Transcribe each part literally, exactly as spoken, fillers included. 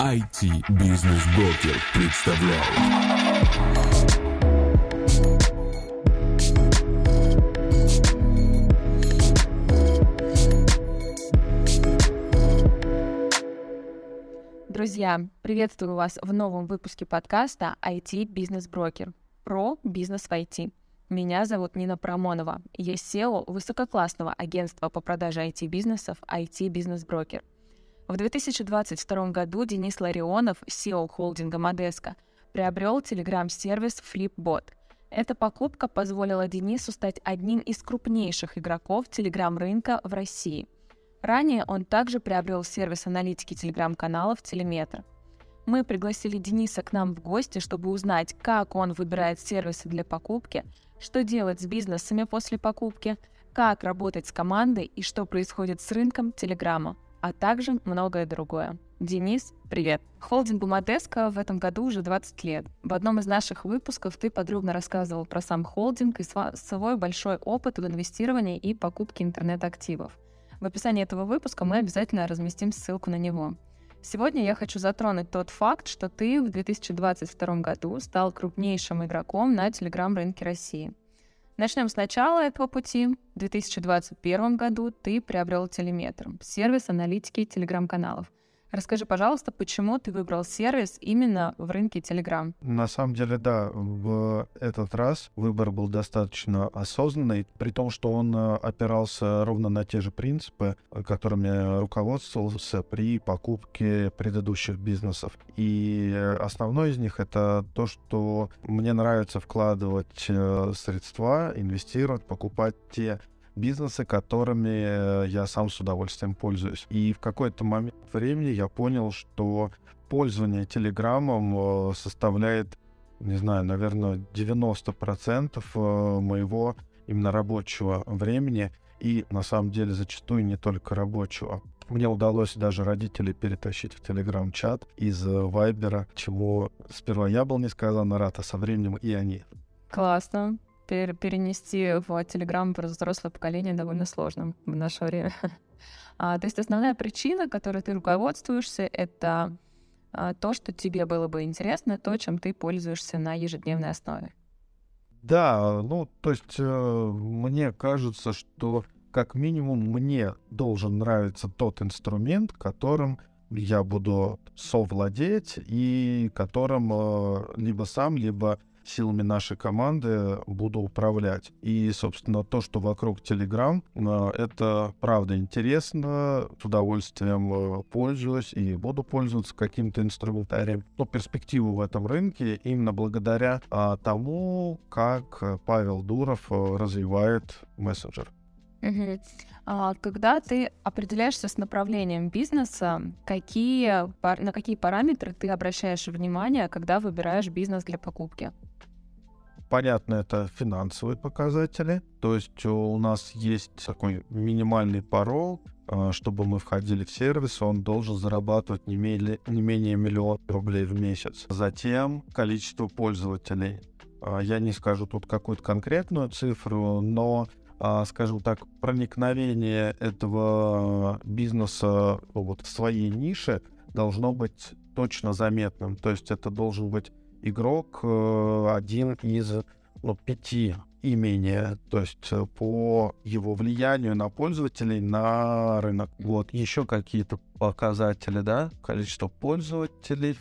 ай ти-бизнес-брокер представляет. Друзья, приветствую вас в новом выпуске подкаста ай ти-бизнес-брокер про бизнес в ай ти. Меня зовут Нина Парамонова, я сео высококлассного агентства по продаже ай ти-бизнесов ай ти-бизнес-брокер. В две тысячи двадцать втором году Денис Ларионов, сео холдинга Модеско, приобрел телеграм-сервис Flipbot. Эта покупка позволила Денису стать одним из крупнейших игроков телеграм-рынка в России. Ранее он также приобрел сервис аналитики телеграм-каналов Телеметр. Мы пригласили Дениса к нам в гости, чтобы узнать, как он выбирает сервисы для покупки, что делать с бизнесами после покупки, как работать с командой и что происходит с рынком Телеграма, а также многое другое. Денис, привет! Холдингу Модеско в этом году уже двадцать лет. В одном из наших выпусков ты подробно рассказывал про сам холдинг и свой большой опыт в инвестировании и покупке интернет-активов. В описании этого выпуска мы обязательно разместим ссылку на него. Сегодня я хочу затронуть тот факт, что ты в две тысячи двадцать втором году стал крупнейшим игроком на телеграм-рынке России. Начнем с начала этого пути. В две тысячи двадцать первом году ты приобрел Телеметр, сервис аналитики телеграм-каналов. Расскажи, пожалуйста, почему ты выбрал сервис именно в рынке Telegram? На самом деле, да, в этот раз выбор был достаточно осознанный, при том, что он опирался ровно на те же принципы, которыми руководствовался при покупке предыдущих бизнесов. И основной из них — это то, что мне нравится вкладывать средства, инвестировать, покупать те бизнесы, которыми я сам с удовольствием пользуюсь. И в какой-то момент времени я понял, что пользование Телеграмом составляет, не знаю, наверное, девяносто процентов моего именно рабочего времени, и на самом деле зачастую не только рабочего. Мне удалось даже родителей перетащить в Телеграм-чат из Вайбера, чему сперва я был несказанно рад, а со временем и они. Классно. Перенести в Телеграм про взрослое поколение довольно сложно в наше время. А, то есть основная причина, которой ты руководствуешься, это а, то, что тебе было бы интересно, то, чем ты пользуешься на ежедневной основе. Да, ну, то есть э, мне кажется, что как минимум мне должен нравиться тот инструмент, которым я буду совладеть и которым э, либо сам, либо силами нашей команды буду управлять. И, собственно, то, что вокруг Telegram, это правда интересно, с удовольствием пользуюсь и буду пользоваться каким-то инструментарием. Но перспективу в этом рынке именно благодаря а, тому, как Павел Дуров развивает мессенджер. Угу. А когда ты определяешься с направлением бизнеса, какие, на какие параметры ты обращаешь внимание, когда выбираешь бизнес для покупки? Понятно, это финансовые показатели. То есть у нас есть такой минимальный порог, чтобы мы входили в сервис, он должен зарабатывать не менее, не менее миллиона рублей в месяц. Затем количество пользователей. Я не скажу тут какую-то конкретную цифру, но, скажем так, проникновение этого бизнеса вот в своей нише должно быть точно заметным. То есть это должен быть игрок один из ну, пяти и менее, то есть по его влиянию на пользователей, на рынок. Вот еще какие-то показатели, да, количество пользователей,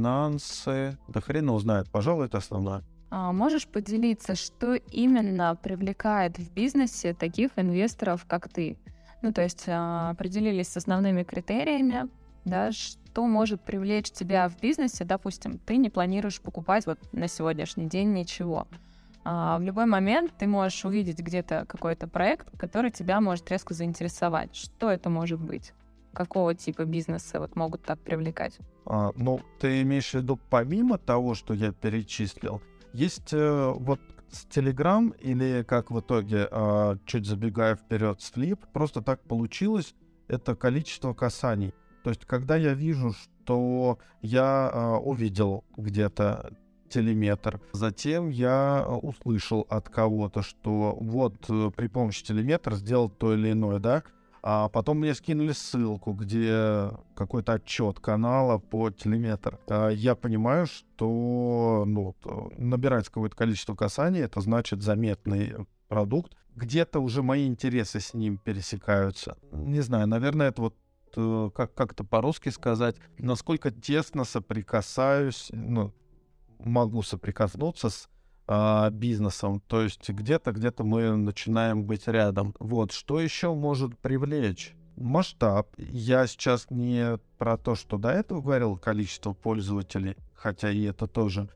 финансы, да хрен его знает, пожалуй, это основное. А можешь поделиться, что именно привлекает в бизнесе таких инвесторов, как ты? Ну, то есть определились с основными критериями, да, что может привлечь тебя в бизнесе. Допустим, ты не планируешь покупать вот на сегодняшний день ничего. А в любой момент ты можешь увидеть где-то какой-то проект, который тебя может резко заинтересовать. Что это может быть? Какого типа бизнеса вот могут так привлекать? А, ну, ты имеешь в виду помимо того, что я перечислил, есть э, вот с Telegram или как в итоге, э, чуть забегая вперед, с Flip, просто так получилось, это количество касаний. То есть, когда я вижу, что я э, увидел где-то Телеметр, затем я э, услышал от кого-то, что вот э, при помощи Телеметра сделал то или иное, да, А потом мне скинули ссылку, где какой-то отчет канала по телеметр. А я понимаю, что ну, набирать какое-то количество касаний — это значит заметный продукт. Где-то уже мои интересы с ним пересекаются. Не знаю, наверное, это вот как- как-то по-русски сказать, насколько тесно соприкасаюсь, ну, могу соприкоснуться с а, бизнесом. То есть где-то, где-то мы начинаем быть рядом. Вот, что еще может привлечь? Масштаб. Я сейчас не про то, что до этого говорил, количество пользователей, хотя и это тоже,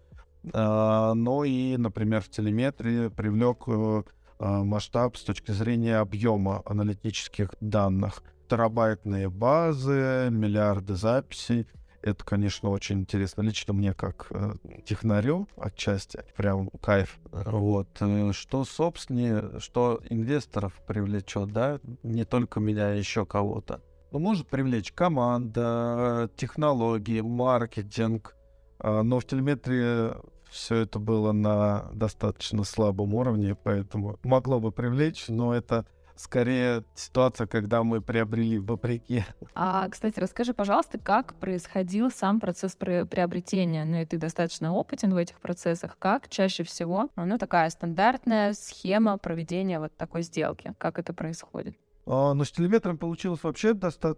а, но и, например, в телеметрии привлек э, а, масштаб с точки зрения объема аналитических данных. Терабайтные базы, миллиарды записей. Это, конечно, очень интересно. Лично мне, как э, технарю, отчасти, прям кайф. Вот. Э, Что собственнее, что инвесторов привлечет, да, не только меня, а еще кого-то. Ну, может привлечь команда, технологии, маркетинг. А, но в телеметрии все это было на достаточно слабом уровне, поэтому могло бы привлечь, но это скорее ситуация, когда мы приобрели вопреки. А, кстати, расскажи, пожалуйста, как происходил сам процесс пре- приобретения? Ну, и ты достаточно опытен в этих процессах. Как чаще всего, ну, такая стандартная схема проведения вот такой сделки? Как это происходит? А, Но с телеметром получилось вообще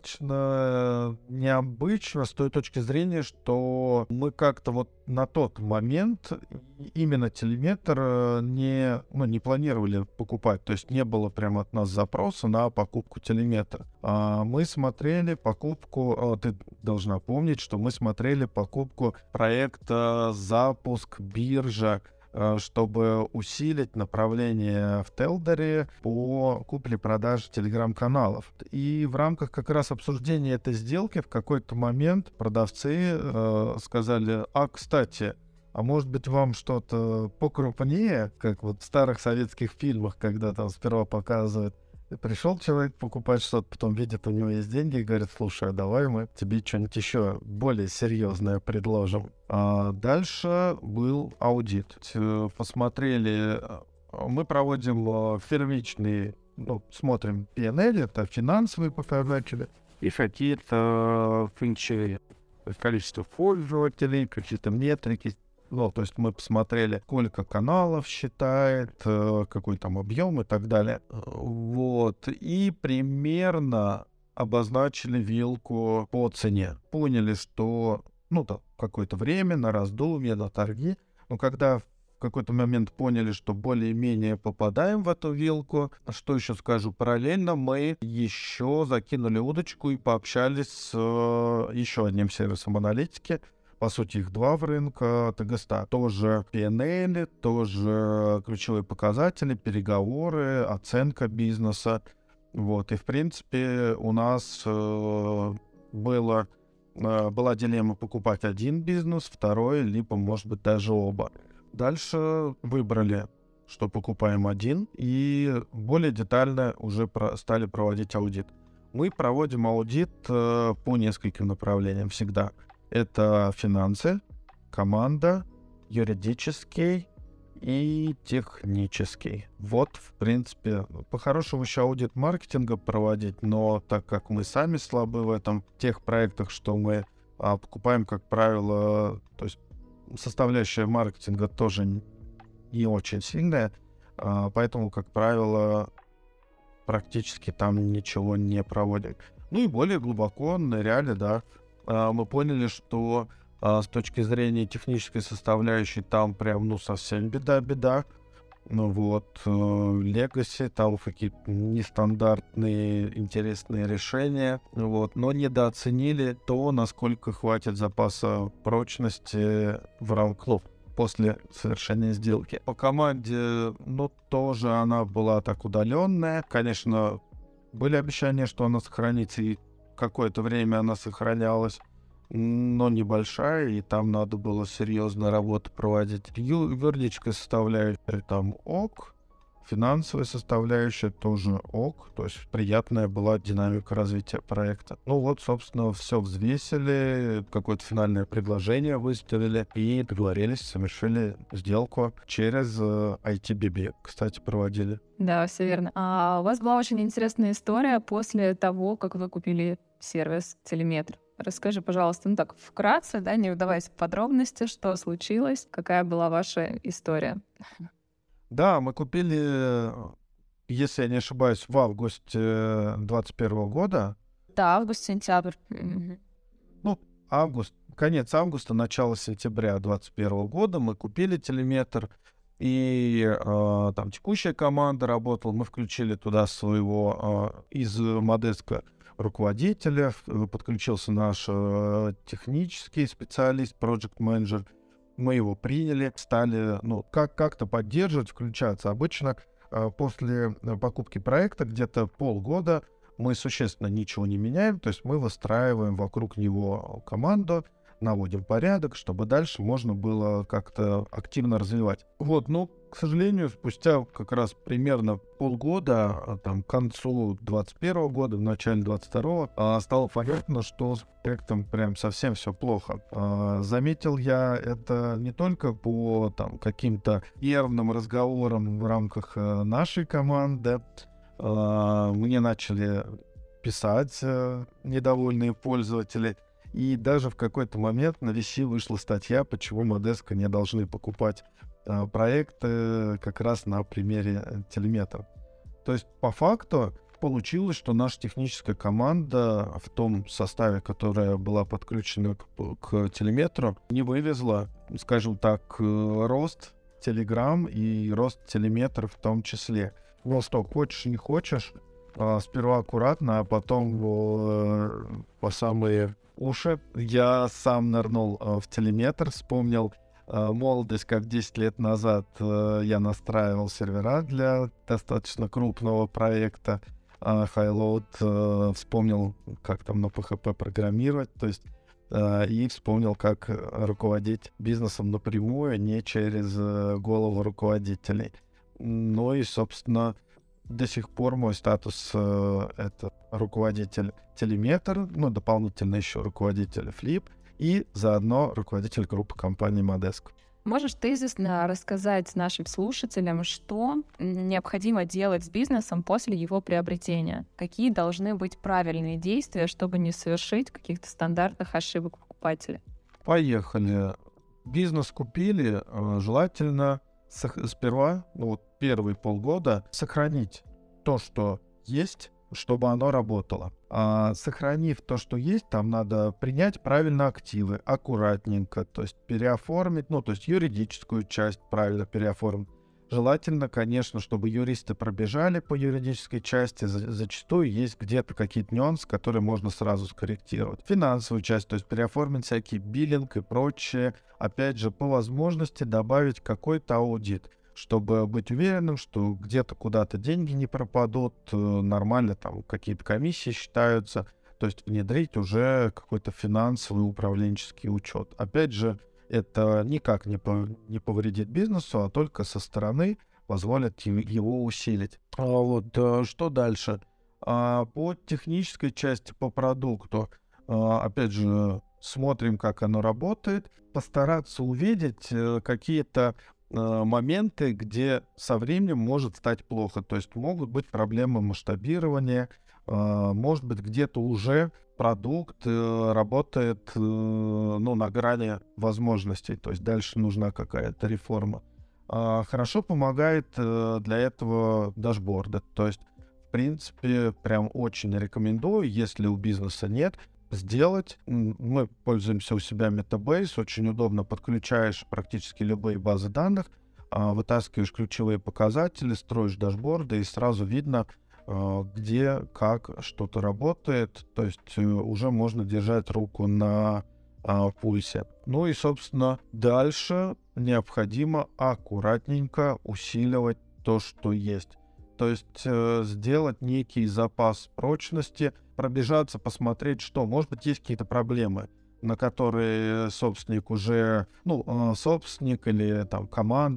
достаточно необычно с той точки зрения, что мы как-то вот на тот момент и- именно телеметр э, не, ну, не планировали покупать. То есть не было прямо от нас запроса на покупку телеметра. А Мы смотрели покупку, а, ты должна помнить, что мы смотрели покупку проекта «Запуск биржа», э, чтобы усилить направление в Телдере по купле-продаже телеграм-каналов. И в рамках как раз обсуждения этой сделки в какой-то момент продавцы э, сказали: а, кстати, а может быть вам что-то покрупнее, как вот в старых советских фильмах, когда там сперва показывают, пришел человек покупать что-то, потом видит, у него есть деньги и говорит: слушай, а давай мы тебе что-нибудь еще более серьезное предложим. А дальше был аудит. Э, Посмотрели, э, мы проводим э, первичный, ну, смотрим пи эн эл, это финансовые показатели, и какие-то финчи, то есть количество пользователей, какие-то метрики. Ну, то есть мы посмотрели, сколько каналов считает, э, какой там объем и так далее. Э, Вот. И примерно обозначили вилку по цене. Поняли, что, ну, там, какое-то время на раздумье, на торги. Но когда в какой-то момент поняли, что более-менее попадаем в эту вилку, что еще скажу, параллельно мы еще закинули удочку и пообщались с э, еще одним сервисом аналитики. По сути, их два в рынке ТГСТА. Тоже пи эн эл, тоже ключевые показатели, переговоры, оценка бизнеса. Вот. И, в принципе, у нас э, было, э, была дилемма покупать один бизнес, второй, либо, может быть, даже оба. Дальше выбрали, что покупаем один, и более детально уже про- стали проводить аудит. Мы проводим аудит э, по нескольким направлениям всегда. Это финансы, команда, юридический и технический. Вот, в принципе, по-хорошему еще аудит маркетинга проводить, но так как мы сами слабы в этом, в тех проектах, что мы а, покупаем, как правило, то есть составляющая маркетинга тоже не очень сильная, а, поэтому, как правило, практически там ничего не проводим. Ну и более глубоко ныряли, да. А, мы поняли, что а, с точки зрения технической составляющей там прям, ну, совсем беда-беда. Ну вот, Legacy, там какие-то нестандартные интересные решения, вот, но недооценили то, насколько хватит запаса прочности в рамках после совершения сделки. По команде, ну, тоже она была так удаленная. Конечно, были обещания, что она сохранится, и какое-то время она сохранялась, но небольшая, и там надо было серьезно работу проводить. Ю- Юридическая составляющая там ок, Финансовая составляющая тоже ок, то есть приятная была динамика развития проекта. Ну вот, собственно, все взвесили, какое-то финальное предложение выставили и договорились, совершили сделку через э, ай ти би би, кстати, проводили. Да, все верно. А у вас была очень интересная история после того, как вы купили сервис Телеметр. Расскажи, пожалуйста, ну так, вкратце, да, не вдаваясь в подробности, что случилось, какая была ваша история. Да, мы купили, если я не ошибаюсь, в августе двадцать первого года. Да, август-сентябрь. Ну, август, конец августа, начало сентября двадцать первого года мы купили Телеметр, и э, там текущая команда работала, мы включили туда своего э, из Модеска руководителя, подключился наш э, технический специалист, project manager. Мы его приняли, стали, ну, как- как-то поддерживать, включаться. Обычно э, после покупки проекта где-то полгода мы существенно ничего не меняем, то есть мы выстраиваем вокруг него команду, наводим порядок, чтобы дальше можно было как-то активно развивать. Вот, ну, к сожалению, спустя как раз примерно полгода, там, к концу двадцать первого года, в начале двадцать второго, стало понятно, что с проектом прям совсем все плохо. Заметил я это не только по там каким-то нервным разговорам в рамках нашей команды. Мне начали писать недовольные пользователи. И даже в какой-то момент на ви си вышла статья, почему Модеска не должны покупать э, проекты как раз на примере Телеметра. То есть по факту получилось, что наша техническая команда в том составе, которая была подключена к, к Телеметру, не вывезла, скажем так, рост Telegram и рост Телеметра в том числе. Ну что, хочешь не хочешь, э, сперва аккуратно, а потом э, по самые уши. Я сам нырнул э, в Телеметр, вспомнил э, молодость, как десять лет назад э, я настраивал сервера для достаточно крупного проекта э, Highload, э, вспомнил, как там на пи эйч пи программировать, то есть э, и вспомнил, как руководить бизнесом напрямую, не через э, голову руководителей. Ну и, собственно, до сих пор мой статус э, — это руководитель Телеметр, ну, дополнительно еще руководитель Flip и заодно руководитель группы компании Модеск. Можешь тезисно рассказать нашим слушателям, что необходимо делать с бизнесом после его приобретения? Какие должны быть правильные действия, чтобы не совершить каких-то стандартных ошибок покупателя? Поехали. Бизнес купили, э, желательно сперва, ну, вот первые полгода, сохранить то, что есть, чтобы оно работало. А сохранив то, что есть, там надо принять правильно активы, аккуратненько, то есть переоформить, ну, то есть юридическую часть правильно переоформить. Желательно, конечно, чтобы юристы пробежали по юридической части. Зачастую есть где-то какие-то нюансы, которые можно сразу скорректировать. Финансовую часть, то есть переоформить всякий биллинг и прочее. Опять же, по возможности добавить какой-то аудит, чтобы быть уверенным, что где-то куда-то деньги не пропадут, нормально там какие-то комиссии считаются. То есть внедрить уже какой-то финансовый управленческий учет. Опять же, это никак не, по, не повредит бизнесу, а только со стороны позволит его усилить. А вот что дальше? А по технической части, по продукту, а, опять же, смотрим, как оно работает. Постараться увидеть какие-то а, моменты, где со временем может стать плохо. То есть могут быть проблемы масштабирования, а, может быть, где-то уже продукт э, работает э, ну, на грани возможностей, то есть дальше нужна какая-то реформа. А, хорошо помогает э, для этого дашборды, то есть, в принципе, прям очень рекомендую, если у бизнеса нет, сделать. Мы пользуемся у себя Metabase, очень удобно, подключаешь практически любые базы данных, э, вытаскиваешь ключевые показатели, строишь дашборды, и сразу видно, где, как что-то работает, то есть уже можно держать руку на а, пульсе. Ну и, собственно, дальше необходимо аккуратненько усиливать то, что есть. То есть э, сделать некий запас прочности, пробежаться, посмотреть, что, может быть, есть какие-то проблемы, на которые собственник уже, ну, э, собственник или там команда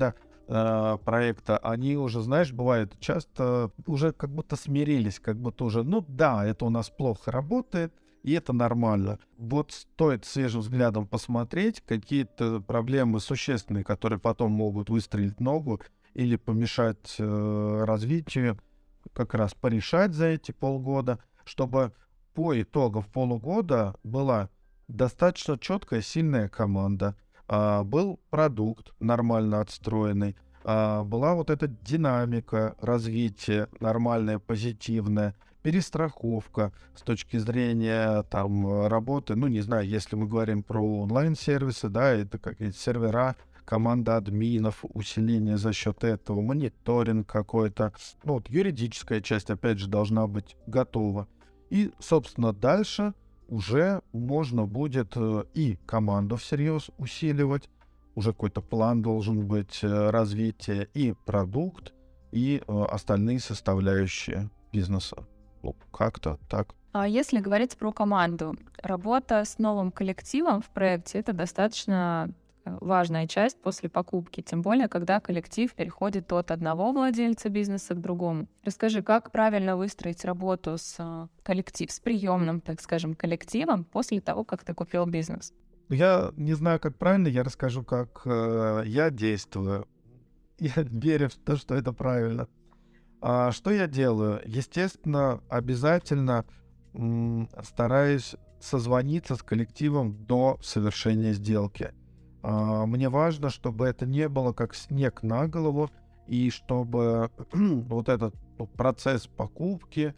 э, проекта, они уже, знаешь, бывает часто уже как будто смирились, как будто уже, ну да, это у нас плохо работает, и это нормально. Вот стоит свежим взглядом посмотреть какие-то проблемы существенные, которые потом могут выстрелить ногу или помешать э, развитию, как раз порешать за эти полгода, чтобы по итогам полугода была достаточно четкая, сильная команда, а, был продукт нормально отстроенный, а, была вот эта динамика развития нормальная, позитивная, перестраховка с точки зрения там работы, ну, не знаю, если мы говорим про онлайн-сервисы, да, это какие-то сервера, команда админов, усиление за счет этого, мониторинг какой-то, ну, вот юридическая часть, опять же, должна быть готова. И, собственно, дальше уже можно будет э, и команду всерьез усиливать, уже какой-то план должен быть э, развития, и продукт, и э, остальные составляющие бизнеса. Ну, как-то так. А если говорить про команду, работа с новым коллективом в проекте — это достаточно важная часть после покупки, тем более, когда коллектив переходит от одного владельца бизнеса к другому. Расскажи, как правильно выстроить работу с коллектив, с приемным, так скажем, коллективом после того, как ты купил бизнес? Я не знаю, как правильно, я расскажу, как э, я действую. Я верю в то, что это правильно. А что я делаю? Естественно, обязательно м, стараюсь созвониться с коллективом до совершения сделки. Мне важно, чтобы это не было как снег на голову, и чтобы вот этот процесс покупки,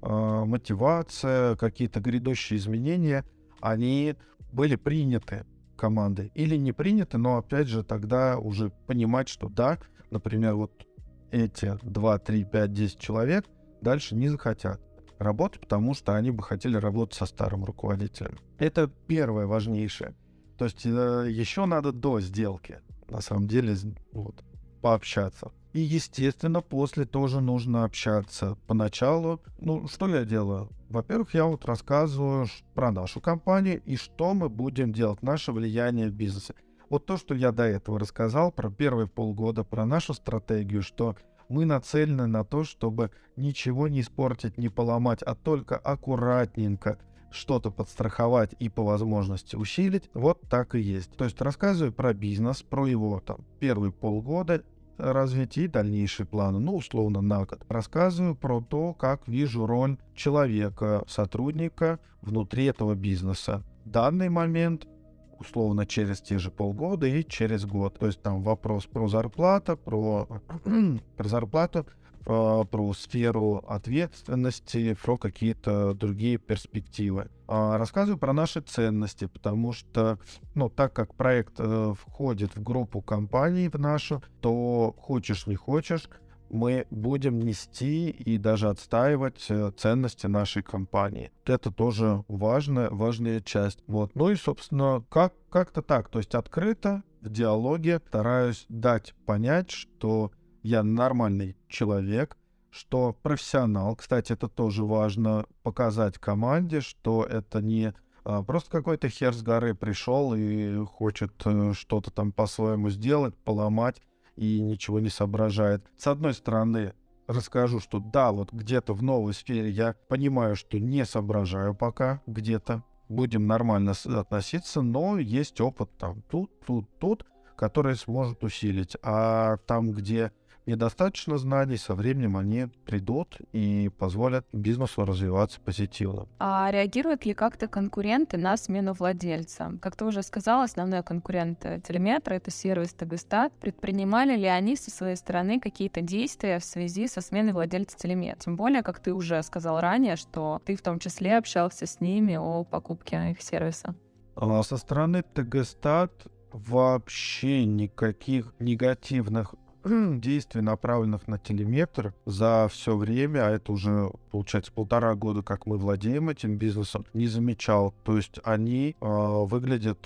мотивация, какие-то грядущие изменения, они были приняты командой. Или не приняты, но опять же тогда уже понимать, что да, например, вот эти два, три, пять, десять человек дальше не захотят работать, потому что они бы хотели работать со старым руководителем. Это первое важнейшее. То есть э, еще надо до сделки, на самом деле, вот, пообщаться. И, естественно, после тоже нужно общаться. Поначалу, ну, что я делаю? Во-первых, я вот рассказываю про нашу компанию и что мы будем делать, наше влияние в бизнесе. Вот то, что я до этого рассказал про первые полгода, про нашу стратегию, что мы нацелены на то, чтобы ничего не испортить, не поломать, а только аккуратненько что-то подстраховать и по возможности усилить, вот так и есть. То есть рассказываю про бизнес, про его там первые полгода развития и дальнейшие планы, ну, условно, на год. Рассказываю про то, как вижу роль человека, сотрудника внутри этого бизнеса. В данный момент, условно, через те же полгода и через год. То есть там вопрос про зарплату, про, про зарплату, про сферу ответственности, про какие-то другие перспективы. Рассказываю про наши ценности, потому что, ну, так как проект э, входит в группу компаний в нашу, то хочешь не хочешь, мы будем нести и даже отстаивать ценности нашей компании. Это тоже важная, важная часть. Вот. Ну и, собственно, как, как-то так. То есть открыто, в диалоге стараюсь дать понять, что я нормальный человек, что профессионал. Кстати, это тоже важно показать команде, что это не а, просто какой-то хер с горы пришел и хочет а, что-то там по-своему сделать, поломать и ничего не соображает. С одной стороны, расскажу, что да, вот где-то в новой сфере я понимаю, что не соображаю пока где-то. Будем нормально относиться, но есть опыт там тут, тут, тут, который сможет усилить. А там, где недостаточно знаний, со временем они придут и позволят бизнесу развиваться позитивно. А реагируют ли как-то конкуренты на смену владельца? Как ты уже сказал, основной конкурент Телеметра — это сервис Тегостат. Предпринимали ли они со своей стороны какие-то действия в связи со сменой владельца Телемет? Тем более, как ты уже сказал ранее, что ты в том числе общался с ними о покупке их сервиса. А со стороны Тегостат вообще никаких негативных действий, направленных на Телеметр, за все время, а это уже, получается, полтора года, как мы владеем этим бизнесом, не замечал. То есть они э, выглядят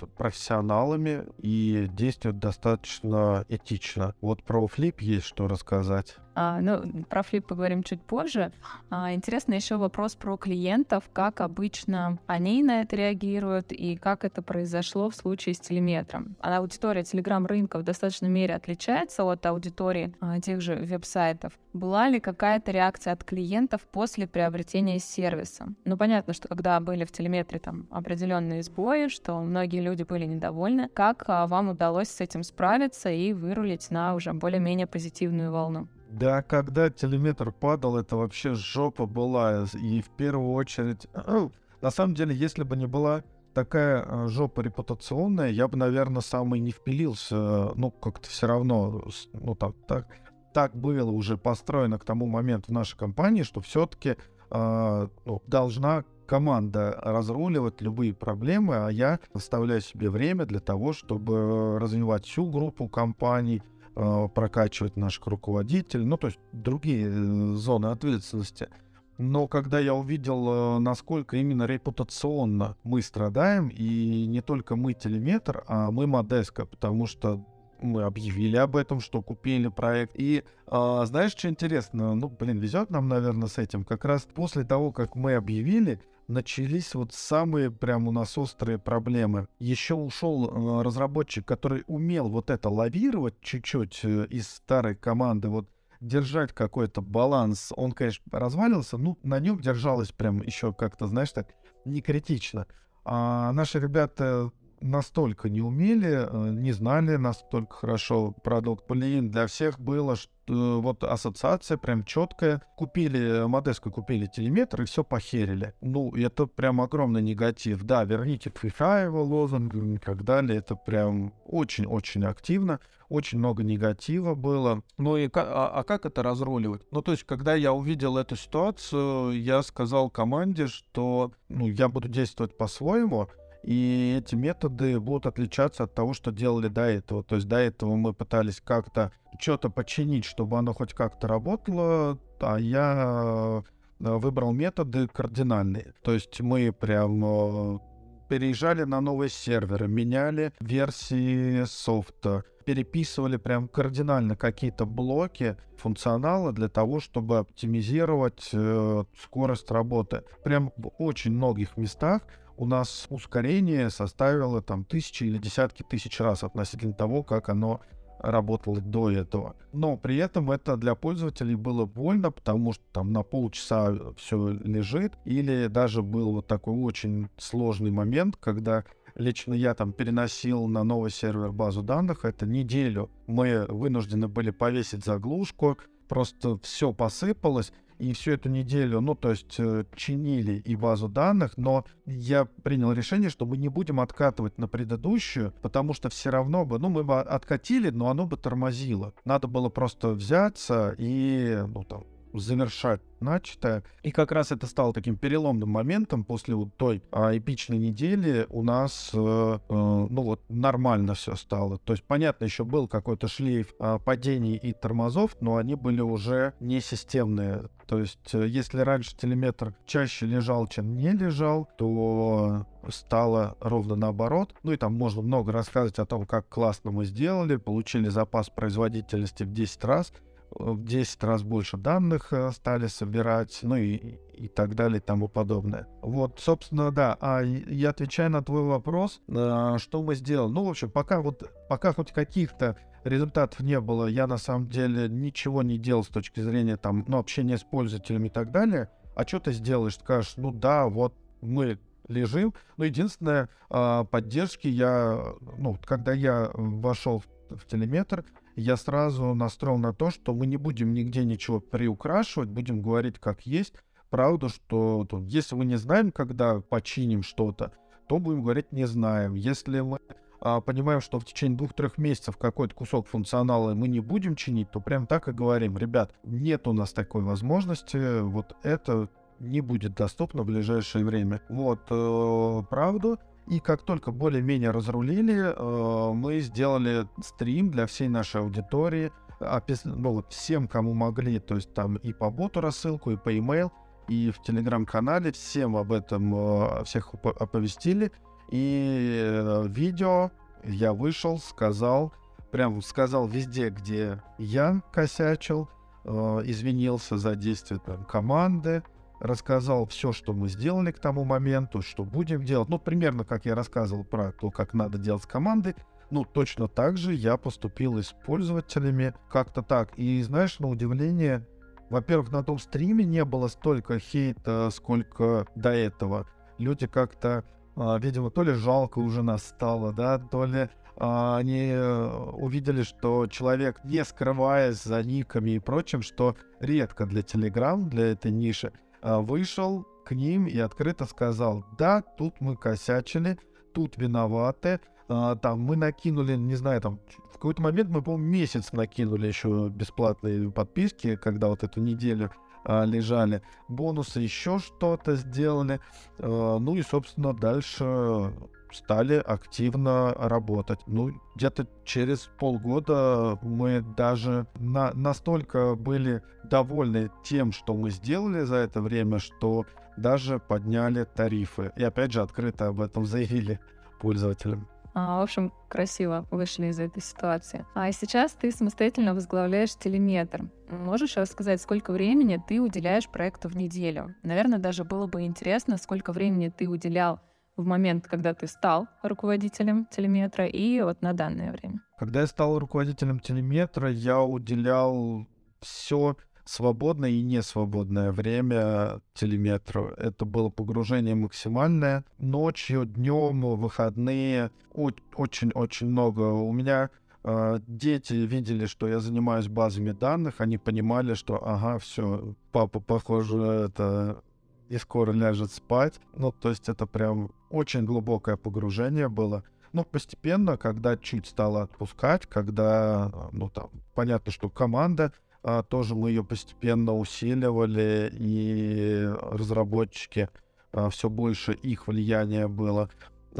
профессионалами и действуют достаточно этично. Вот про Flip есть что рассказать. А, ну, про флип поговорим чуть позже. А, интересно еще вопрос про клиентов, как обычно они на это реагируют и как это произошло в случае с телеметром. А аудитория телеграм-рынка в достаточной мере отличается от аудитории а, тех же веб-сайтов. Была ли какая-то реакция от клиентов после приобретения сервиса? Ну, понятно, что когда были в телеметре там определенные сбои, что многие люди были недовольны. Как а, вам удалось с этим справиться и вырулить на уже более-менее позитивную волну? Да, когда телеметр падал, это вообще жопа была. И в первую очередь... На самом деле, если бы не была такая жопа репутационная, я бы, наверное, сам и не впилился. Ну, как-то все равно... Ну, так, так, так было уже построено к тому моменту в нашей компании, что все-таки э, ну, должна команда разруливать любые проблемы, а я оставляю себе время для того, чтобы развивать всю группу компаний, прокачивать наших руководителей, ну, то есть другие зоны ответственности. Но когда я увидел, насколько именно репутационно мы страдаем, и не только мы Телеметр, а мы Модеско, потому что мы объявили об этом, что купили проект. И а, знаешь, что интересно? Ну, блин, везет нам, наверное, с этим. Как раз после того, как мы объявили, начались вот самые прям у нас острые проблемы. Еще ушел э, разработчик, который умел вот это лавировать чуть-чуть э, из старой команды, вот держать какой-то баланс. Он, конечно, развалился, ну, на нем держалось прям еще как-то, знаешь, так, не критично. А наши ребята настолько не умели, э, не знали настолько хорошо продукт. Блин, для всех было, что вот ассоциация прям четкая. Купили, Модеско купили Телеметр и все похерили. Ну, это прям огромный негатив. Да, верните Фифаева, лозунг и так далее. Это прям очень-очень активно. Очень много негатива было. Ну и а, а как это разруливать? Ну, то есть, когда я увидел эту ситуацию, я сказал команде, что ну, я буду действовать по-своему, и эти методы будут отличаться от того, что делали до этого. То есть до этого мы пытались как-то что-то починить, чтобы оно хоть как-то работало, а я выбрал методы кардинальные. То есть мы прям переезжали на новые серверы, меняли версии софта, переписывали прям кардинально какие-то блоки функционала для того, чтобы оптимизировать э, скорость работы. Прям в очень многих местах у нас ускорение составило там тысячи или десятки тысяч раз относительно того, как оно работало до этого. Но при этом это для пользователей было больно, потому что там на полчаса все лежит. Или даже был вот такой очень сложный момент, когда лично я там переносил на новый сервер базу данных. Это неделю мы вынуждены были повесить заглушку. Просто все посыпалось. И всю эту неделю, ну, то есть, э, чинили и базу данных, но я принял решение, что мы не будем откатывать на предыдущую, потому что все равно бы, ну, мы бы откатили, но оно бы тормозило. Надо было просто взяться и, ну, там, завершать начатое. И как раз это стало таким переломным моментом. После вот той а, эпичной недели у нас, э, э, ну вот, нормально все стало. То есть, понятно, еще был какой-то шлейф а, падений и тормозов, но они были уже не системные. То есть, э, если раньше Телеметр чаще лежал, чем не лежал, то стало ровно наоборот. Ну и там можно много рассказывать о том, как классно мы сделали, получили запас производительности в десять раз, в десять раз больше данных стали собирать, ну и, и так далее и тому подобное. Вот, собственно, да. А я отвечаю на твой вопрос, что мы сделали. Ну, в общем, пока вот, пока хоть каких-то результатов не было, я на самом деле ничего не делал с точки зрения там, ну, общения с пользователями и так далее. А что ты сделаешь? Скажешь, ну да, вот мы лежим. Но единственное, поддержки я, ну, когда я вошел в, в Телеметр, я сразу настроил на то, что мы не будем нигде ничего приукрашивать, будем говорить как есть. Правда, что то, если мы не знаем, когда починим что-то, то будем говорить не знаем. Если мы а, понимаем, что в течение двух-трех месяцев какой-то кусок функционала мы не будем чинить, то прям так и говорим: ребят, нет у нас такой возможности, вот это не будет доступно в ближайшее время. Вот, э, правду. И как только более-менее разрулили, э, мы сделали стрим для всей нашей аудитории, опис... ну, вот всем, кому могли, то есть там и по боту рассылку, и по e-mail, и в телеграм-канале, всем об этом, э, всех оповестили. И э, видео я вышел, сказал, прям сказал везде, где я косячил, э, извинился за действия там, команды, рассказал все, что мы сделали к тому моменту, что будем делать. Ну, примерно как я рассказывал про то, как надо делать с командой. Ну, точно так же я поступил и с пользователями как-то так. И, знаешь, на удивление, во-первых, на том стриме не было столько хейта, сколько до этого. Люди как-то, а, видимо, то ли жалко уже нас стало, да, то ли а, они увидели, что человек, не скрываясь за никами и прочим, что редко для Telegram, для этой ниши, а, вышел к ним и открыто сказал: да, тут мы косячили, тут виноваты, а, там мы накинули, не знаю, там в какой-то момент мы, по-моему, месяц накинули еще бесплатные подписки, когда вот эту неделю а, лежали, бонусы, еще что-то сделали, а, ну и, собственно, дальше стали активно работать. Ну, где-то через полгода мы даже на, настолько были довольны тем, что мы сделали за это время, что даже подняли тарифы. И опять же открыто об этом заявили пользователям. А, в общем, красиво вышли из этой ситуации. А сейчас ты самостоятельно возглавляешь Телеметр. Можешь рассказать, сколько времени ты уделяешь проекту в неделю? Наверное, даже было бы интересно, сколько времени ты уделял в момент, когда ты стал руководителем Телеметра, и вот на данное время. Когда я стал руководителем Телеметра, я уделял все свободное и несвободное время Телеметру. Это было погружение максимальное. Ночью, днем, выходные. Очень-очень много. У меня э, дети видели, что я занимаюсь базами данных. Они понимали, что ага, все, папа, похоже, это... и скоро ляжет спать. Ну, то есть это прям очень глубокое погружение было. Но постепенно, когда чуть стало отпускать, когда, ну, там, понятно, что команда, а, тоже мы ее постепенно усиливали, и разработчики, а, все больше их влияния было.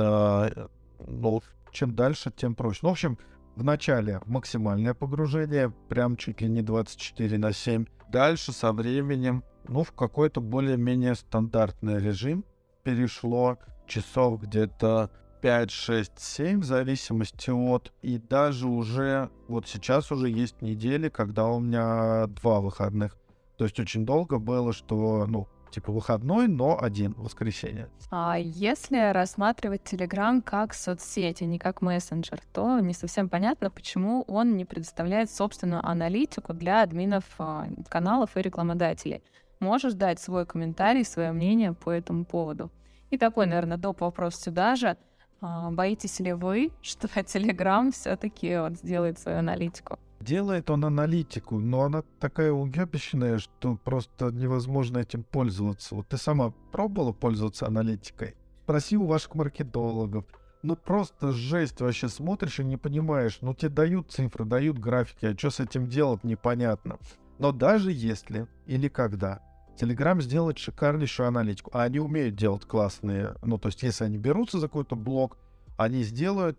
А, ну, чем дальше, тем проще. Ну, в общем, в начале максимальное погружение, прям чуть ли не двадцать четыре на семь. Дальше со временем, ну, в какой-то более-менее стандартный режим перешло, часов где-то пять, шесть, семь, в зависимости от. И даже уже, вот сейчас уже есть недели, когда у меня два выходных. То есть очень долго было, что, ну, типа выходной, но один, воскресенье. А если рассматривать Telegram как соцсеть, а не как мессенджер, то не совсем понятно, почему он не предоставляет собственную аналитику для админов а, каналов и рекламодателей. Можешь дать свой комментарий, свое мнение по этому поводу? И такой, наверное, доп. Вопрос сюда же. А, боитесь ли вы, что Telegram все-таки вот сделает свою аналитику? Делает он аналитику, но она такая уебищная, что просто невозможно этим пользоваться. Вот ты сама пробовала пользоваться аналитикой? Спроси у ваших маркетологов. Ну просто жесть, вообще смотришь и не понимаешь. Ну тебе дают цифры, дают графики, а что с этим делать, непонятно. Но даже если или когда Telegram сделает шикарнейшую аналитику, а они умеют делать классные, ну то есть если они берутся за какой-то блок, они сделают,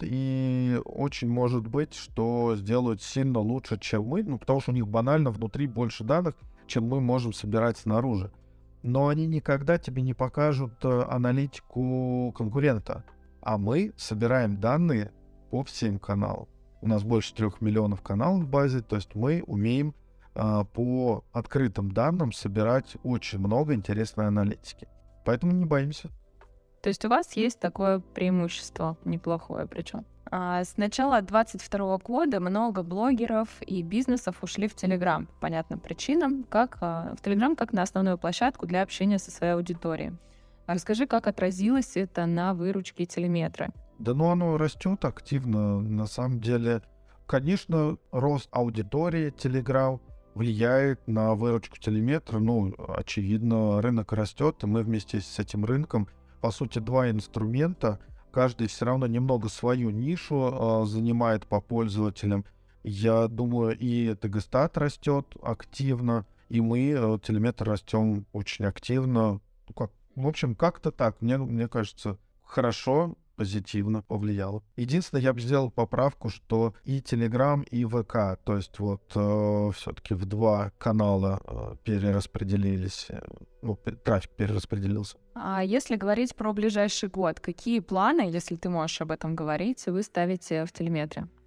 и очень может быть, что сделают сильно лучше, чем мы, ну, потому что у них банально внутри больше данных, чем мы можем собирать снаружи. Но они никогда тебе не покажут аналитику конкурента. А мы собираем данные по всем каналам. У нас больше трех миллионов каналов в базе, то есть мы умеем а, по открытым данным собирать очень много интересной аналитики. Поэтому не боимся. То есть у вас есть такое преимущество, неплохое причем. А с начала двадцать второго года много блогеров и бизнесов ушли в Telegram по понятным причинам, как а, в Telegram как на основную площадку для общения со своей аудиторией. А расскажи, как отразилось это на выручке Телеметра? Да ну оно растет активно, на самом деле. Конечно, рост аудитории Telegram влияет на выручку Телеметра. Ну, очевидно, рынок растет, и мы вместе с этим рынком, по сути, два инструмента, каждый все равно немного свою нишу э, занимает по пользователям. Я думаю, и Тегостат растет активно, и мы, э, Телеметр, растем очень активно. Ну, как, в общем, как-то так, мне, мне кажется, хорошо, позитивно повлияло. Единственное, я бы сделал поправку, что и Telegram, и ВК, то есть вот э, все-таки в два канала э, перераспределились, э, ну, трафик перераспределился. А если говорить про ближайший год, какие планы, если ты можешь об этом говорить, вы ставите в Телеметре?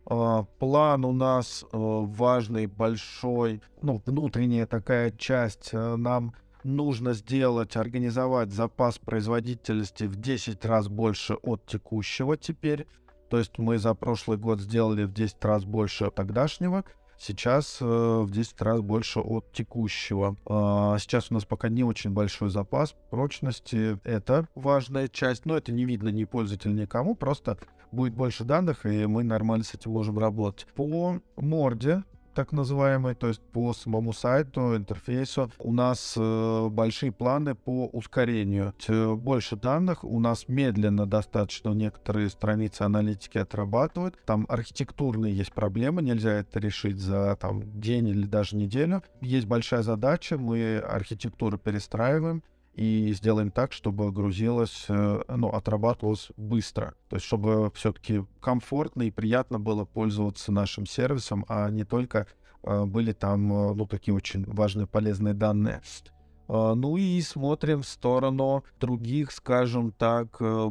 А, План у нас э, важный, большой, ну, внутренняя такая часть. Э, Нам нужно сделать, организовать запас производительности в десять раз больше от текущего теперь. То есть мы за прошлый год сделали в десять раз больше тогдашнего, сейчас э, в десять раз больше от текущего. А, Сейчас у нас пока не очень большой запас прочности. Это важная часть, но это не видно ни пользователю, никому, просто будет больше данных, и мы нормально с этим можем работать. По морде, так называемой, то есть по самому сайту, интерфейсу, у нас э, большие планы по ускорению. Т- Больше данных, у нас медленно достаточно некоторые страницы аналитики отрабатывают. Там архитектурные есть проблемы, нельзя это решить за там, день или даже неделю. Есть большая задача, мы архитектуру перестраиваем и сделаем так, чтобы грузилось, э, ну, отрабатывалось быстро. То есть, чтобы все-таки комфортно и приятно было пользоваться нашим сервисом, а не только э, были там, э, ну, такие очень важные, полезные данные. Э, Ну и смотрим в сторону других, скажем так, э,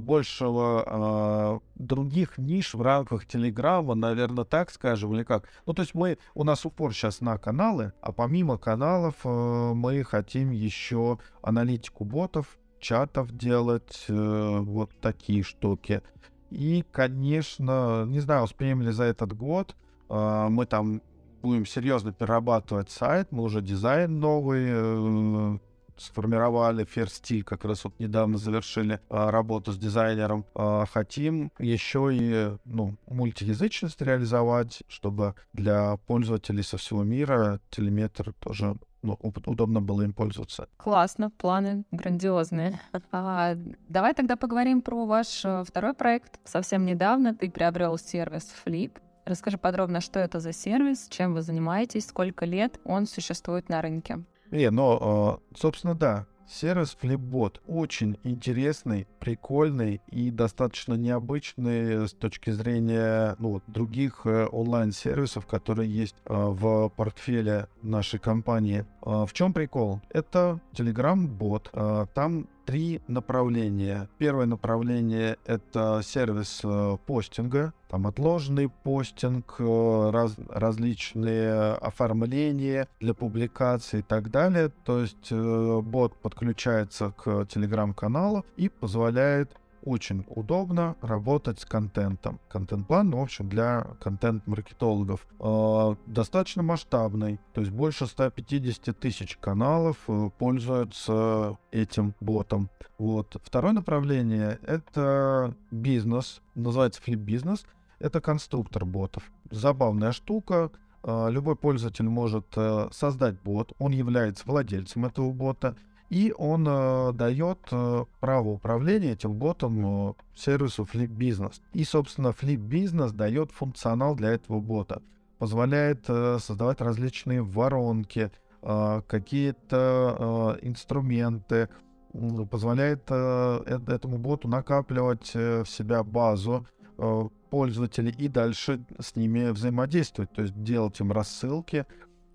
большего, э, других ниш в рамках Телеграма, наверное, так скажем, или как. Ну, то есть мы, у нас упор сейчас на каналы, а помимо каналов э, мы хотим еще аналитику ботов, чатов делать, э, вот такие штуки. И, конечно, не знаю, успеем ли за этот год, э, мы там будем серьезно перерабатывать сайт, мы уже дизайн новый э, сформировали, ферстиль, как раз вот недавно завершили э, работу с дизайнером. Э, хотим еще и, ну, мультиязычность реализовать, чтобы для пользователей со всего мира телеметр тоже, ну, уп- удобно было им пользоваться. Классно, планы грандиозные. А, давай тогда поговорим про ваш э, второй проект. Совсем недавно ты приобрел сервис Flip. Расскажи подробно, что это за сервис, чем вы занимаетесь, сколько лет он существует на рынке. Не, но, э, собственно, да, сервис Flipbot очень интересный, прикольный и достаточно необычный с точки зрения, ну, вот, других э, онлайн-сервисов, которые есть э, в портфеле нашей компании. Э, в чем прикол? Это Telegram-бот. Э, там три направления. Первое направление — это сервис э, постинга. Там отложенный постинг, э, раз, различные оформления для публикаций и так далее. То есть э, бот подключается к телеграм-каналу и позволяет очень удобно работать с контентом. Контент-план, ну, в общем, для контент-маркетологов. Э, достаточно масштабный, то есть больше ста пятидесяти тысяч каналов э, пользуются этим ботом. Вот. Второе направление — это бизнес, называется Flip Business. Это конструктор ботов. Забавная штука. Э, любой пользователь может э, создать бот, он является владельцем этого бота, и он э, дает э, право управления этим ботом э, сервису Flip Business. И, собственно, Flip Business дает функционал для этого бота. Позволяет э, создавать различные воронки, э, какие-то э, инструменты, э, позволяет э, этому боту накапливать э, в себя базу э, пользователей и дальше с ними взаимодействовать, то есть делать им рассылки.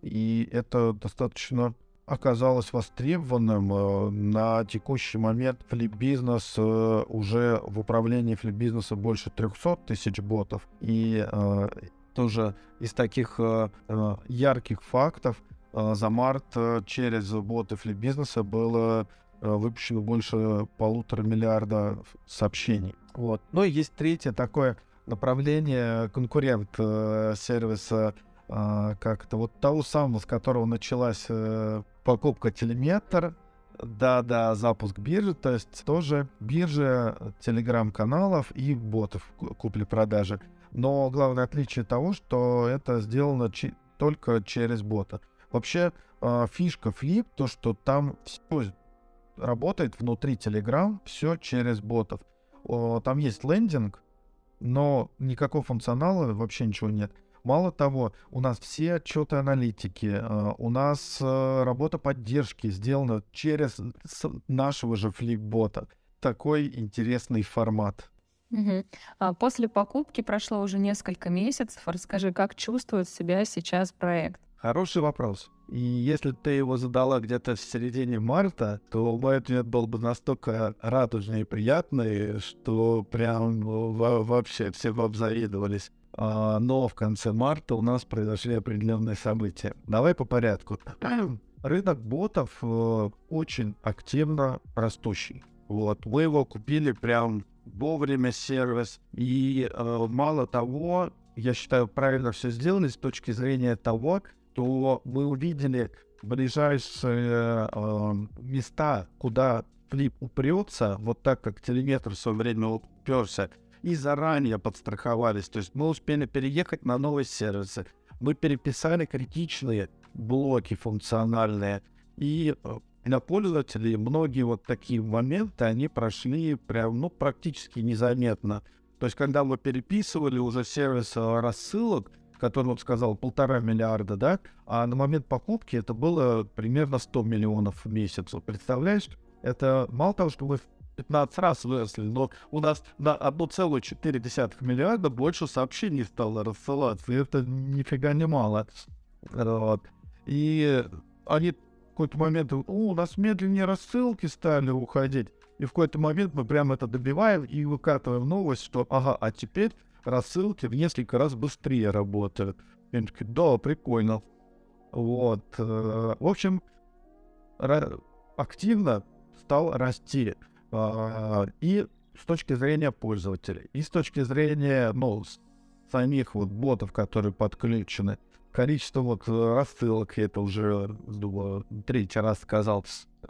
И это достаточно оказалось востребованным. Э, на текущий момент Flip Business э, уже в управлении Flip Business больше трехсот тысяч ботов. И э, тоже из таких э, э, ярких фактов э, за март э, через боты Flip Business было э, выпущено больше полутора миллиарда сообщений. Вот. Ну и есть третье такое направление, конкурент э, сервиса, э, как-то вот того самого, с которого началась э, покупка Телеметр, да-да, запуск биржи, то есть тоже биржа телеграм-каналов и ботов купли-продажи. Но главное отличие того, что это сделано чи- только через бота. Вообще э, фишка Flip, то, что там все работает внутри Telegram, все через ботов. О, там есть лендинг, но никакого функционала, вообще ничего нет. Мало того, у нас все отчеты аналитики, э, у нас э, работа поддержки сделана через с- нашего же Flip-бота. Такой интересный формат. Мгм. А после покупки прошло уже несколько месяцев. Расскажи, как чувствует себя сейчас проект? Хороший вопрос. И если ты его задала где-то в середине марта, то мой ответ был бы настолько радужный и приятный, что прям во- вообще все бы обзавидовались. а, но в конце марта у нас произошли определенные события. Давай по порядку. Рынок ботов э, очень активно растущий. Вот, мы его купили прям вовремя, сервис. И э, мало того, я считаю, правильно все сделали с точки зрения того, что мы увидели ближайшие э, места, куда флип упрется, вот так как телеметр в свое время уперся, и заранее подстраховались. То есть мы успели переехать на новые сервисы. Мы переписали критичные блоки функциональные. И для пользователей многие вот такие моменты, они прошли прям, ну, практически незаметно. То есть когда мы переписывали уже сервис рассылок, который, он сказал, полтора миллиарда, да, а на момент покупки это было примерно сто миллионов в месяц. Представляешь? Это мало того, что мы в пятнадцать раз выросли, но у нас на одна целая четыре десятых миллиарда больше сообщений стало рассылаться, и это нифига не мало. Вот. И они в какой-то момент, о, у нас медленнее рассылки стали уходить, и в какой-то момент мы прямо это добиваем и выкатываем новость, что ага, а теперь рассылки в несколько раз быстрее работают. И они такие, да, прикольно. Вот. В общем, активно стал расти. И с точки зрения пользователей, и с точки зрения, ну, самих вот ботов, которые подключены, количество вот рассылок, я это уже, думаю, третий раз сказал,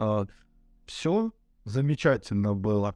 все замечательно было.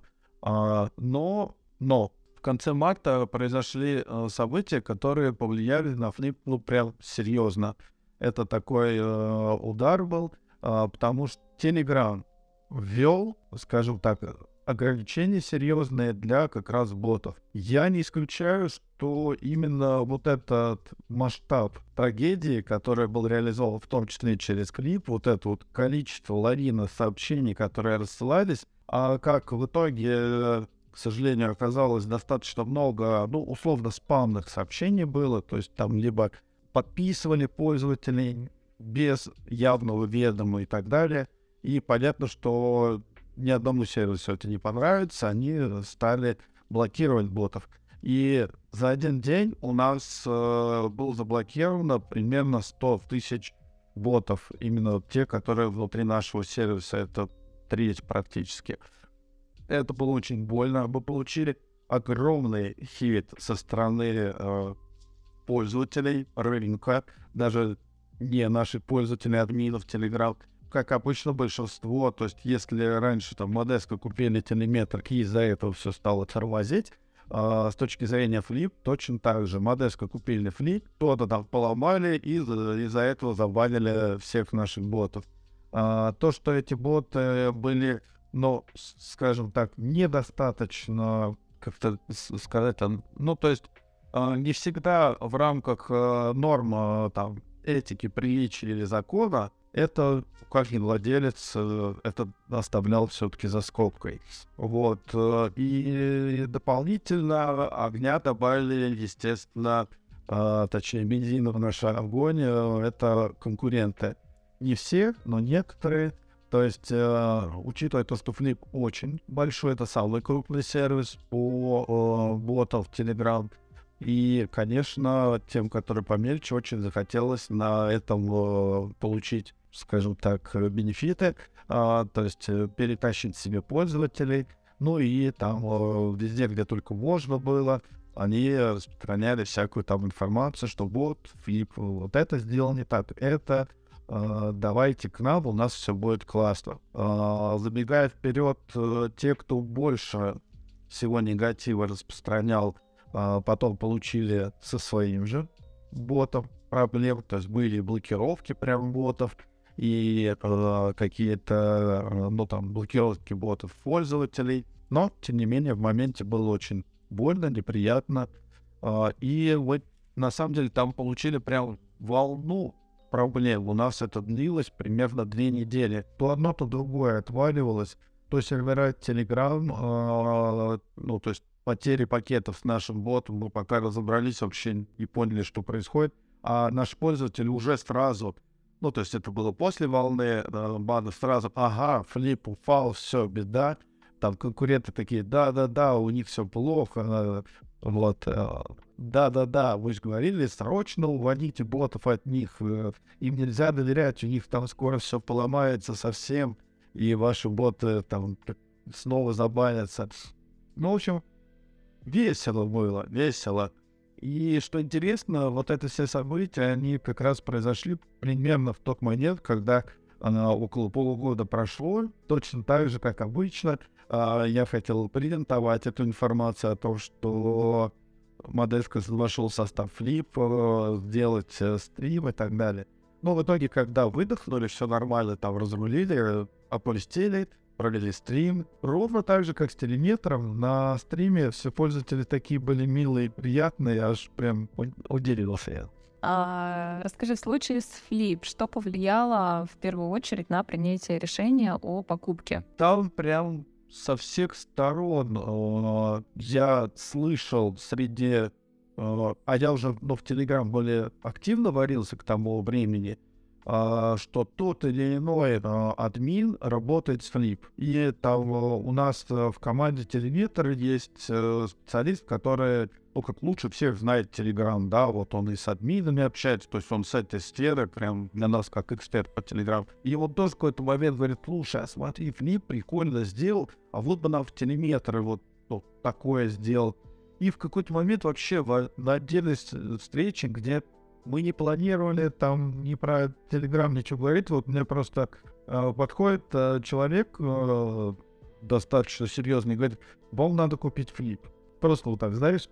Но, но в конце марта произошли события, которые повлияли на флип, ну, прям серьезно. Это такой удар был, потому что Telegram ввел, скажем так, ограничения серьезные для как раз ботов. Я не исключаю, что именно вот этот масштаб трагедии, который был реализован в том числе через клип, вот это вот количество, лавина сообщений, которые рассылались, а как в итоге, к сожалению, оказалось достаточно много, ну, условно, спамных сообщений было, то есть там либо подписывали пользователей без явного ведома и так далее. И понятно, что ни одному сервису это не понравится, они стали блокировать ботов. И за один день у нас э, было заблокировано примерно сто тысяч ботов, именно те, которые внутри нашего сервиса, это треть практически. Это было очень больно. Мы получили огромный хит со стороны э, пользователей рынка, даже не наши пользователи админов Telegram. Как обычно, большинство, то есть если раньше там Модеско купили телеметр, и из-за этого все стало тормозить, э, с точки зрения флип, точно так же. Модеско купили флип, что-то там поломали, и из-за этого забанили всех наших ботов. Э, то, что эти боты были, ну, скажем так, недостаточно, как-то сказать, ну, то есть э, не всегда в рамках э, норм э, там, этики, приличия или закона, это каждый владелец э, это оставлял все-таки за скобкой. Вот. Э, и дополнительно огня добавили, естественно, э, точнее, бензина в наш огонь, э, это конкуренты. Не все, но некоторые. То есть, э, учитывая то, что Flip очень большой, это самый крупный сервис по э, ботам в Telegram. И, конечно, тем, которые помельче, очень захотелось на этом э, получить, скажем так, бенефиты, а, то есть э, перетащить себе пользователей, ну и там э, везде, где только можно было, они распространяли всякую там информацию, что вот, Flip вот это сделал не так, это, э, давайте к нам, у нас все будет классно. Э, забегая вперед, э, те, кто больше всего негатива распространял, э, потом получили со своим же ботом проблем, то есть были блокировки прям ботов, и э, какие-то, э, ну, там, блокировки ботов пользователей. Но, тем не менее, в моменте было очень больно, неприятно. Э, и мы, на самом деле, там получили прям волну проблем. У нас это длилось примерно две недели. То одно, то другое отваливалось. То сервера Telegram, э, ну, то есть потери пакетов с нашим ботом, мы пока разобрались, вообще не поняли, что происходит. А наши пользователи уже сразу... Ну, то есть это было после волны э, бана, сразу, ага, флип упал, все, беда. Там конкуренты такие, да-да-да, у них все плохо. Э, вот. Э, да-да-да, вы же говорили, срочно уводите ботов от них, э, им нельзя доверять, у них там скоро все поломается совсем, и ваши боты там снова забанятся. Ну, в общем, весело было, весело. И что интересно, вот это все события, они как раз произошли примерно в тот момент, когда а, около полугода прошло, точно так же, как обычно, а, я хотел презентовать эту информацию о том, что Модеска вошел в состав Flip, а, сделать а, стрим и так далее. Но в итоге, когда выдохнули, все нормально, там разрулили, опустили, провели стрим. Ровно так же, как с телеметром, на стриме все пользователи такие были милые, приятные, аж прям удивился я. А, расскажи, в случае с Flip, что повлияло в первую очередь на принятие решения о покупке? Там прям со всех сторон э, я слышал среди... Э, а я уже ну, в Telegram более активно варился к тому времени, Uh, что тот или иной uh, админ работает с Flip. И там uh, у нас uh, в команде Телеметр есть uh, специалист, который, ну, как лучше всех знает Telegram, да, вот он и с админами общается, то есть он с этой сферы, прям для нас как эксперт по Telegram. И он тоже в какой-то момент говорит: слушай, а смотри, Flip прикольно сделал, а вот бы нам в Телеметр вот ну, такое сделал. И в какой-то момент вообще в, на отдельной встрече, где мы не планировали там ни про Telegram ничего говорить. Вот мне просто э, подходит э, человек э, достаточно серьезный и говорит: вам надо купить Flip. Просто вот так, знаешь,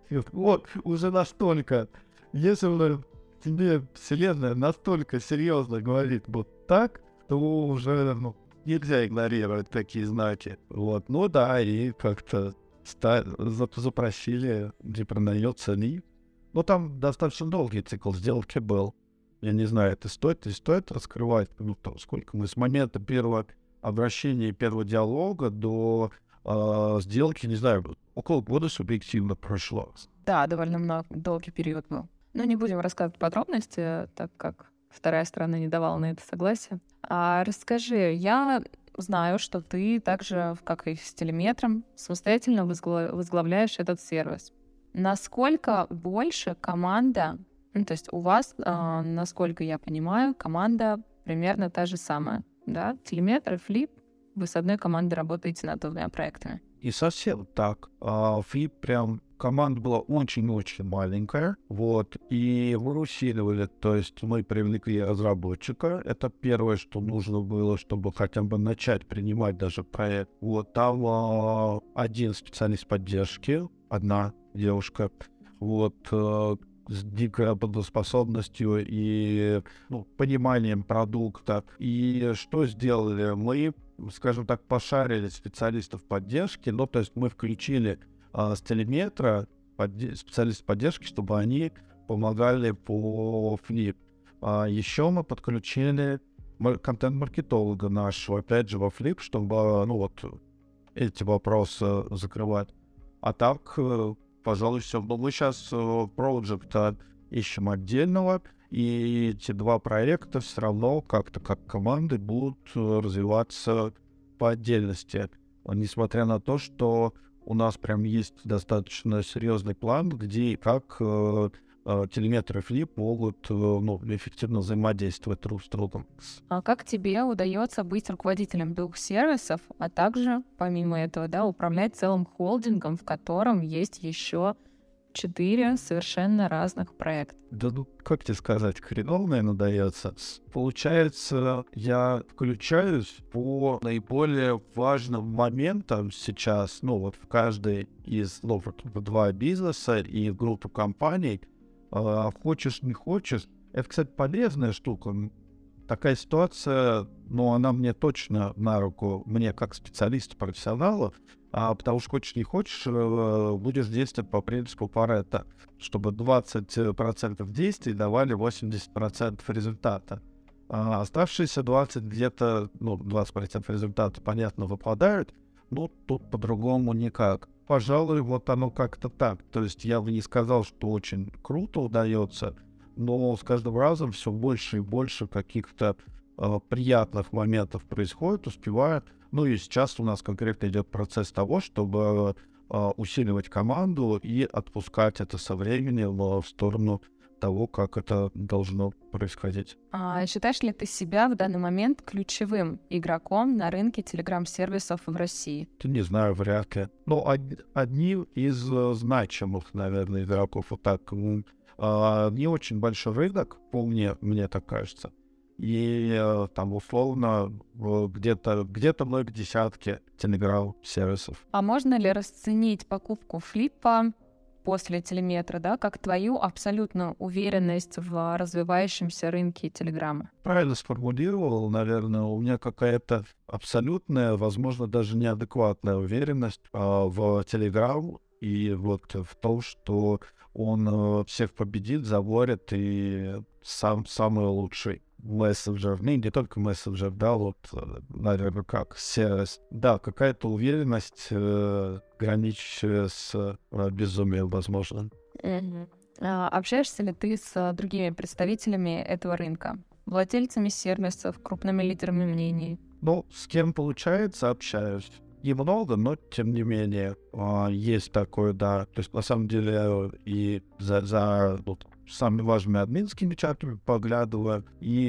вот уже настолько, если он тебе вселенная настолько серьезно говорит вот так, то уже ну, нельзя игнорировать такие знаки. Вот, ну да, и как-то ста- запросили, где продается ли. Ну, там достаточно долгий цикл сделки был. Я не знаю, это стоит, не стоит раскрывать. Ну, там, сколько мы с момента первого обращения и первого диалога до э, сделки, не знаю, около года субъективно прошло. Да, довольно много, долгий период был. Но не будем рассказывать подробности, так как вторая сторона не давала на это согласие. А расскажи, я знаю, что ты также, как и с Телеметром, самостоятельно возгла- возглавляешь этот сервис. Насколько больше команда, ну, то есть у вас, э, насколько я понимаю, команда примерно та же самая, да? Телеметр и Flip, вы с одной командой работаете над двумя проектами. И совсем так. А, Flip прям, команда была очень-очень маленькая, вот, и мы усиливали, то есть мы привлекли разработчика, это первое, что нужно было, чтобы хотя бы начать принимать даже проект. Вот, там а, один специалист поддержки, одна девушка, вот, э, с дикой работоспособностью и ну, пониманием продукта. И что сделали? Мы, скажем так, пошарили специалистов поддержки, ну, то есть мы включили э, с Телеметра подде- специалистов поддержки, чтобы они помогали по Flip. А еще мы подключили мар- контент-маркетолога нашего, опять же, во Flip, чтобы, ну, вот, эти вопросы закрывать. А так, пожалуй, все. Но мы сейчас Project ищем отдельного, и эти два проекта все равно как-то как команды будут развиваться по отдельности. Несмотря на то, что у нас прям есть достаточно серьезный план, где и как э, э, Телеметр и Flip могут э, ну, эффективно взаимодействовать друг с другом. А как тебе удается быть руководителем двух сервисов, а также, помимо этого, да, управлять целым холдингом, в котором есть еще четыре совершенно разных проекта? Да ну, как тебе сказать, хреново, наверное, дается. Получается, я включаюсь по наиболее важным моментам сейчас, ну, вот в каждой из, ну, вот в два бизнеса и в группу компаний. А, хочешь, не хочешь. Это, кстати, полезная штука. Такая ситуация, ну, она мне точно на руку, мне как специалисту, профессионалу, а, потому что хочешь не хочешь, будешь действовать по принципу Парето, чтобы двадцать процентов действий давали восемьдесят процентов результата. А оставшиеся двадцать где-то, ну, двадцать процентов результата, понятно, выпадают, но тут по-другому никак. Пожалуй, вот оно как-то так. То есть я бы не сказал, что очень круто удается, но с каждым разом все больше и больше каких-то э, приятных моментов происходит, успевают. Ну и сейчас у нас конкретно идет процесс того, чтобы а, усиливать команду и отпускать это со временем в сторону того, как это должно происходить. А считаешь ли ты себя в данный момент ключевым игроком на рынке телеграм-сервисов в России? Не знаю, вряд ли. Но од- одним из э, значимых, наверное, игроков. Вот так. м, а, Не очень большой рынок, по мне, мне так кажется. И э, там условно э, где-то, где-то много десятки телеграм-сервисов. А можно ли расценить покупку флипа после телеметра, да, как твою абсолютную уверенность в развивающемся рынке телеграма? Правильно сформулировал, наверное, у меня какая-то абсолютная, возможно, даже неадекватная уверенность а, в Telegram и вот в том, что он э, всех победит, заворит и сам самый лучший мессенджер. Ну, и не только мессенджер, да, вот, э, наверное, как сервис. Да, какая-то уверенность, э, граничащая с э, безумием, возможно. Мгм. А, общаешься ли ты с а, другими представителями этого рынка? Владельцами сервисов, крупными лидерами мнений? Ну, с кем получается, общаюсь. Немного, но тем не менее а, есть такое, да. То есть на самом деле э, и за, за вот, самыми важными админскими чатами поглядываю.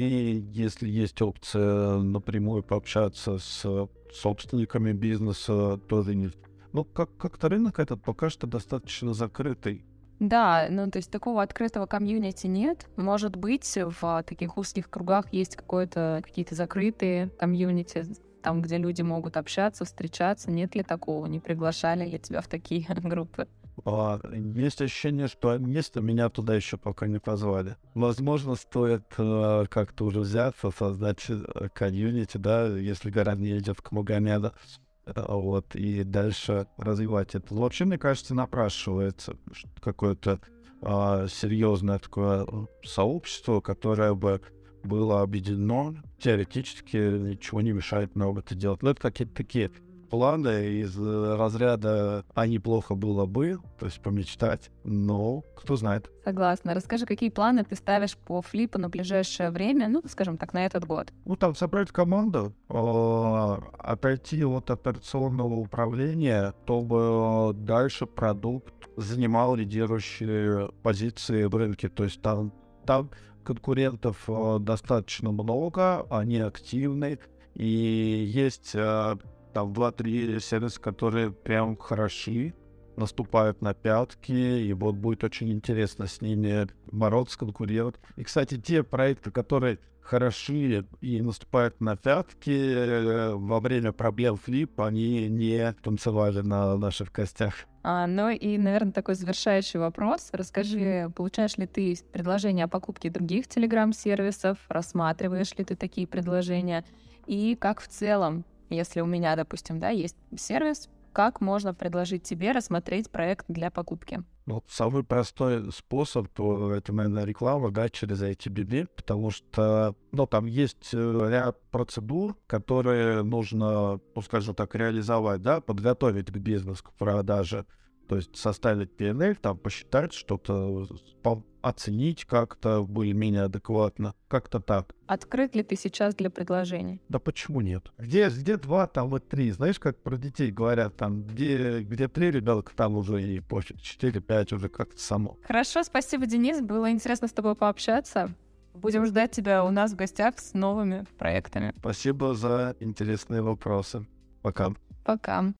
И если есть опция напрямую пообщаться с собственниками бизнеса, тоже не. Ну, как, как-то рынок этот пока что достаточно закрытый. Да, ну то есть такого открытого комьюнити нет. Может быть, в а, таких узких кругах есть какое-то, какие-то закрытые комьюнити, там, где люди могут общаться, встречаться. Нет ли такого? Не приглашали ли тебя в такие группы? А, есть ощущение, что место меня туда еще пока не позвали. Возможно, стоит э, как-то уже взяться, создать э, комьюнити, да, если гора не идет к Магомеду, э, вот, и дальше развивать это. Вообще, мне кажется, напрашивается ш- какое-то а, серьезное такое сообщество, которое бы было объединено. Теоретически ничего не мешает нам это делать. Но это какие-то такие планы из э, разряда «а неплохо было бы», то есть помечтать, но кто знает. Согласна. Расскажи, какие планы ты ставишь по флипу на ближайшее время, ну, скажем так, на этот год? Ну, там собрать команду, э, отойти от операционного управления, чтобы дальше продукт занимал лидирующие позиции в рынке. То есть там, там конкурентов э, достаточно много, они активны, и есть э, там два-три сервиса, которые прям хороши, наступают на пятки, и вот будет очень интересно с ними бороться, конкурировать. И, кстати, те проекты, которые хороши и наступают на пятки, э, во время проблем флип, они не танцевали на наших костях. А, ну и, наверное, такой завершающий вопрос. Расскажи, получаешь ли ты предложения о покупке других телеграм-сервисов? Рассматриваешь ли ты такие предложения? И как в целом, если у меня, допустим, да, есть сервис, как можно предложить тебе рассмотреть проект для покупки? Ну, самый простой способ, то это, наверное, реклама, да, через эй ти би би, потому что, ну, там есть э, ряд процедур, которые нужно, ну, скажем так, реализовать, да, подготовить к бизнесу, к продаже, то есть составить пи эн эл, там, посчитать что-то, по- оценить как-то более-менее адекватно, как-то так. Открыт ли ты сейчас для предложений? Да почему нет? Где, где два, там и три. Знаешь, как про детей говорят, там, где, где три ребенка, там уже и пофиг, четыре-пять уже как-то само. Хорошо, спасибо, Денис. Было интересно с тобой пообщаться. Будем ждать тебя у нас в гостях с новыми проектами. Спасибо за интересные вопросы. Пока. Пока.